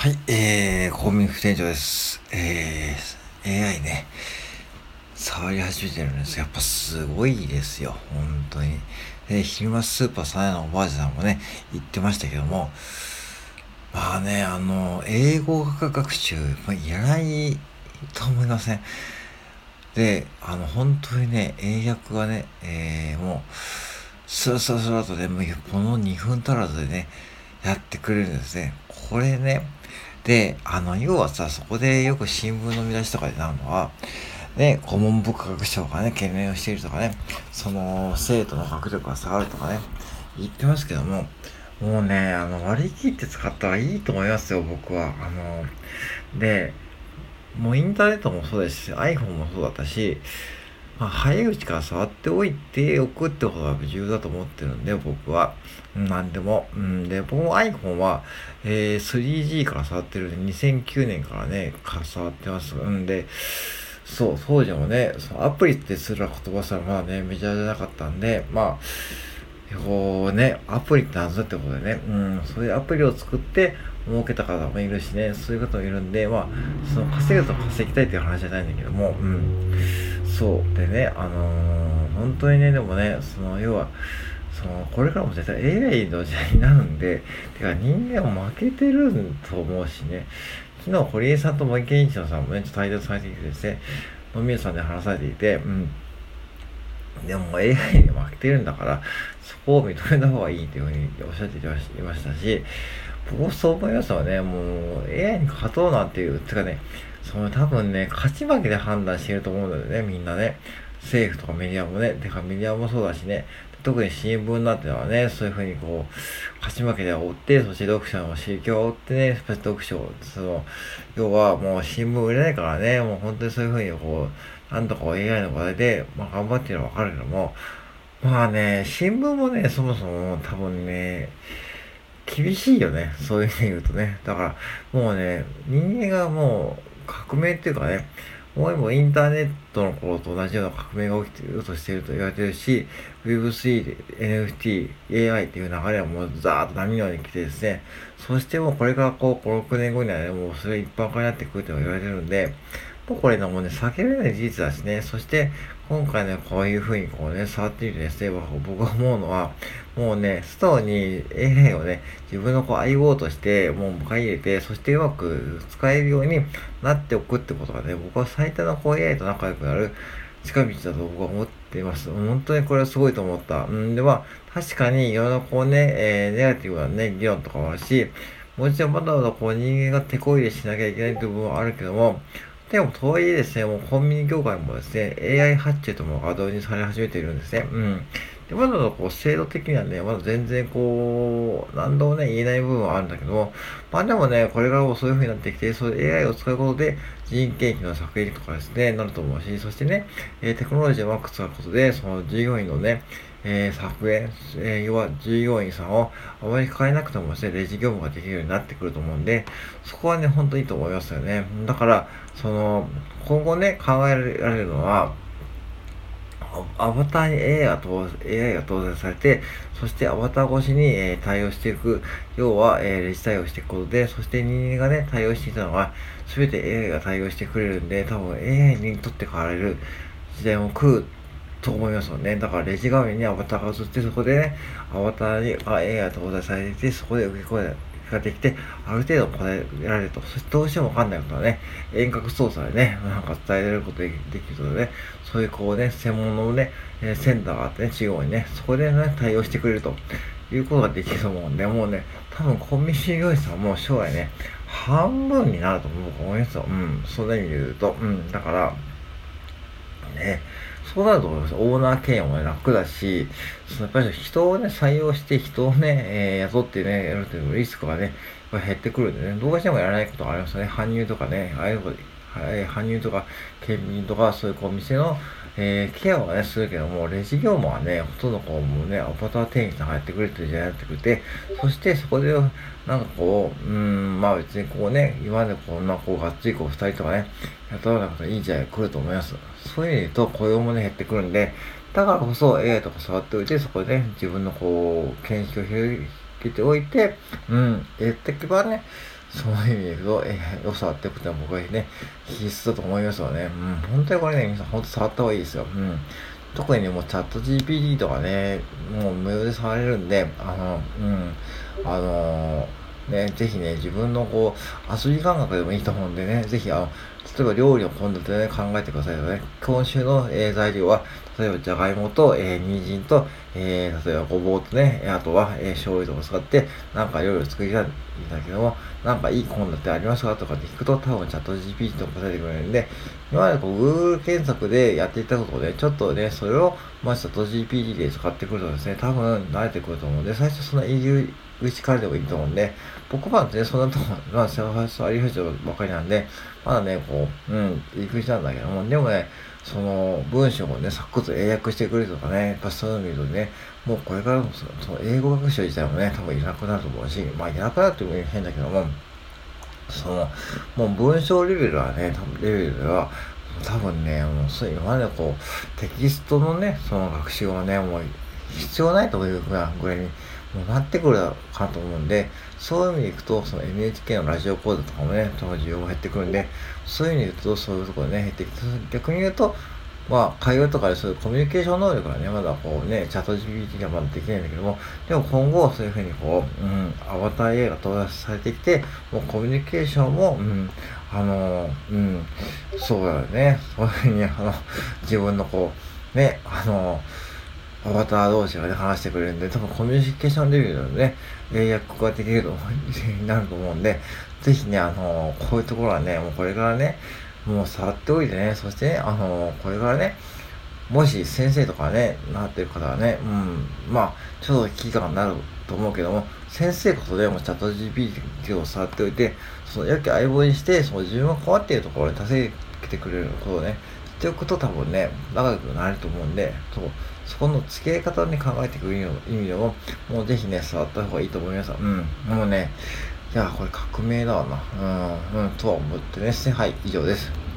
はい、公務員副店長です。AI ね、触り始めてるんです。やっぱすごいですよ、本当に。昼間スーパーさんのおばあちゃんもね、言ってましたけども、まあね、英語学習、いらないと思いません。で、本当にね、英訳はね、もう、スラスラスラとね、もうこの2分足らずでね、やってくれるんですね。これね、で、要はさ、そこでよく新聞の見出しとかでなるのは、ね、顧問部科学省がね、懸念をしているとかね、その、生徒の学力が下がるとかね、言ってますけども、もうね、割り切って使った方がいいと思いますよ、僕は。で、もうインターネットもそうですし、iPhone もそうだったし、早いうちから触っておいておくってことが重要だと思ってるんで、僕は。なんでも。で、僕も iPhone は、3G から触ってるんで、2009年からね、触ってます。で、そう、当時もね、そのアプリってすら言葉すらまだね、メジャーじゃなかったんで、こうね、アプリってなんぞってことでね、そういうアプリを作って儲けた方もいるしね、そういう方もいるんで、その稼ぐと稼ぎたいっていう話じゃないんだけども、そう。でね、本当にね、でもね、要は、これからも絶対 AI の時代になるんで、てか人間も負けてると思うしね、昨日堀江さんと森健一郎さんもね、ちょっと対談されていてですね、飲み屋さんで話されていて、でも AI に負けてるんだから、そこを認めた方がいいというふうにおっしゃっていましたし、僕もそう思いますよね。もう AI に勝とうなんていう、つかね、その多分ね、勝ち負けで判断していると思うのでね、みんなね。政府とかメディアもね、てかメディアもそうだしね、特に新聞なんてのはね、そういうふうにこう、勝ち負けで追って、そして読者の刺激を追ってね、読書を、要はもう新聞売れないからね、もう本当にそういうふうにこう、なんとか AI の話題で、頑張ってるのはわかるけども、新聞もね、そもそも多分ね、厳しいよね。そういうふうに言うとね。だから、もうね、人間がもう革命っていうかね、もうインターネットの頃と同じような革命が起きているとしていると言われているし、Web3、NFT、AI っていう流れはもうザーッと波のように来てですね、そしてもうこれからこう5、6年後にはね、もうそれ一般化になってくると言われてるんで、もうこれね、もうね、避けられない事実だしね、そして今回ね、こういう風にこうね、触ってみてですね、僕が思うのは、もうね、素直に AI をね、自分のこう相棒として、もう迎え入れて、そしてうまく使えるようになっておくってことがね、僕は最多のこう AI と仲良くなる近道だと僕は思っています。本当にこれはすごいと思った。で、確かにいろんなこうね、ネガティブなね、議論とかもあるし、もちろんまだまだこう人間が手こ入れしなきゃいけない部分はあるけども、でも、とはいえですね、もうコンビニ業界もですね、AI 発注ともが導入され始めているんですね。で、まだまだこう、制度的にはね、まだ全然こう、何度もね、言えない部分はあるんだけども、でもね、これからもそういう風になってきて、そういう AI を使うことで、人件費の削減とかですね、なると思うし、そしてね、テクノロジーをうまく使うことで、その従業員のね、削減、要は従業員さんをあまり変えなくてもですね、レジ業務ができるようになってくると思うんで、そこはね、本当にいいと思いますよね。だから、今後ね、考えられるのは、アバターに AI が搭載されて、そしてアバター越しに、対応していく。要は、レジ対応していくことで、そして人間がね、対応していたのは、すべて AI が対応してくれるんで、多分 AI にとって変われる時代も来ると思いますよね。だからレジ画面にアバターが映って、そこでね、アバターにAI が搭載されていて、そこで受け答えができて、ある程度答えられると。そしてどうしてもわかんないことはね、遠隔操作でね、なんか伝えられることできるのでね、そういうこうね、専門のね、センターがあってね、中央にね、そこでね、対応してくれるということができると思うんで、もうね、多分コンビニ従業員さんはもう将来ね、半分になると僕思いますよ。そんな意味で言うと。だから、ね、そうなると思います。オーナー兼用も楽だし、やっぱり人をね、採用して人をね、雇ってね、やるというリスクがね、やっぱり減ってくるんでね、どうしてもやらないことがありますよね。搬入とかね、ああいうこと、搬入とか、検品とか、そういうこう、店の、ケアはね、するけども、レジ業務はね、ほとんどこう、もうね、アバター店員さんがやってくれてる時代になってくれて、そしてそこで、なんかこう、別にこうね、今までこんなこう、がっつりこう、二人とかね、雇わなくていい時代が来ると思います。そういう意味で言うと雇用もね、減ってくるんで、だからこそ AI とか触っておいて、そこでね、自分のこう、見識をけておいて、やっていけばね、そういう意味で言うと、良さってことは僕はね、必須だと思いますよね。本当にこれね、皆さん本当触った方がいいですよ。特にね、もうチャット GPT とかね、もう無料で触れるんで、あのぜひね、自分の遊び感覚でもいいと思うんでね、ぜひ例えば料理を献立でね、考えてくださいよね。今週の、材料は、例えばじゃがいもと、人参と、例えばごぼうとね、あとは、醤油とか使って、なんか料理を作りたいんだけども、なんかいい献立ありますかとかって聞くと、多分チャット GPT とか答えてくれるんで、今までGoogle 検索でやっていたことをね、ちょっとね、それを、チャット GPT で使ってくるとですね、多分慣れてくると思うんで、最初そんな入り口からでもいいと思うんで、僕はね、そんなとこ、最初ありふれたばっかりなんで、まだね、入り口なんだけども、でもね、その文章をね、サクッと英訳してくれるとかね、やっぱそういうの見るとね、もうこれからもその英語学習自体もね、多分いらなくなると思うし、いらなくなるっても変だけども、その、もう文章レベルはね、レベルでは、多分ね、もうそういう今までテキストのね、その学習はね、もう必要ないというぐらいに、もうなってくるかと思うんで、そういう意味でいくと、その NHK のラジオ講座とかもね、需要が減ってくるんで、そういう意味で言うと、そういうところでね、減ってきて、逆に言うと、会話とかでそういうコミュニケーション能力がね、まだチャット GPT がまだできないんだけども、でも今後そういうふうにアバター AI が搭載されてきて、もうコミュニケーションも、そうだよね。そういうふうに、自分のアバター同士がね、話してくれるんで、多分コミュニケーションレベルのね、英訳ができるとになると思うんで、ぜひね、こういうところはね、もうこれからね、もう触っておいてね、そしてね、これからね、もし先生とかね、なってる方はね、ちょっと危機感になると思うけども、先生こそでもチャット GPT を触っておいて、その良き相棒にして、その自分が困っているところに助けてくれることをね、っておくと多分ね、仲良くなれると思うんで、そこの付き合い方に考えていく意味でも、もうぜひね、触った方がいいと思います。もうね、いや、これ革命だわな。とは思ってね、はい、以上です。